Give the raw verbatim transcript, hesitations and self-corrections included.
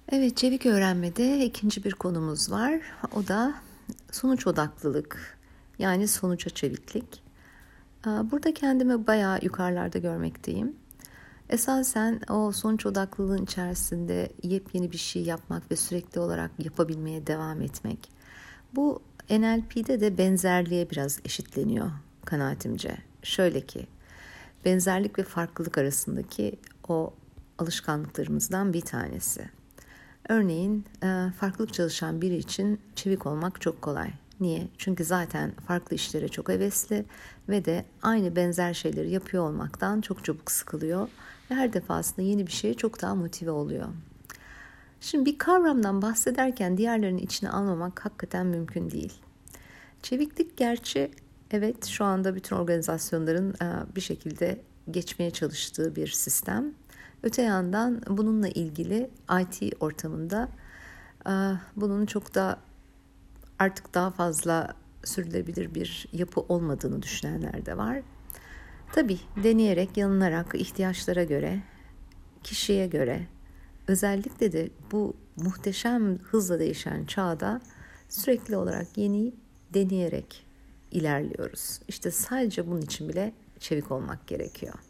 Evet, çevik öğrenmede ikinci bir konumuz var. O da sonuç odaklılık, yani sonuca çeviklik. Burada kendimi bayağı yukarılarda görmekteyim. Esasen o sonuç odaklılığın içerisinde yepyeni bir şey yapmak ve sürekli olarak yapabilmeye devam etmek. Bu N L P'de de benzerliğe biraz eşitleniyor kanaatimce. Şöyle ki, benzerlik ve farklılık arasındaki o alışkanlıklarımızdan bir tanesi. Örneğin farklılık çalışan biri için çevik olmak çok kolay. Niye? Çünkü zaten farklı işlere çok hevesli ve de aynı benzer şeyleri yapıyor olmaktan çok çabuk sıkılıyor ve her defasında yeni bir şeye çok daha motive oluyor. Şimdi bir kavramdan bahsederken diğerlerini içine almamak hakikaten mümkün değil. Çeviklik gerçi evet şu anda bütün organizasyonların bir şekilde geçmeye çalıştığı bir sistem. Öte yandan bununla ilgili I T ortamında bunun çok da artık daha fazla sürdürülebilir bir yapı olmadığını düşünenler de var. Tabii deneyerek, yanılarak, ihtiyaçlara göre, kişiye göre, özellikle de bu muhteşem hızla değişen çağda sürekli olarak yeni deneyerek ilerliyoruz. İşte sadece bunun için bile çevik olmak gerekiyor.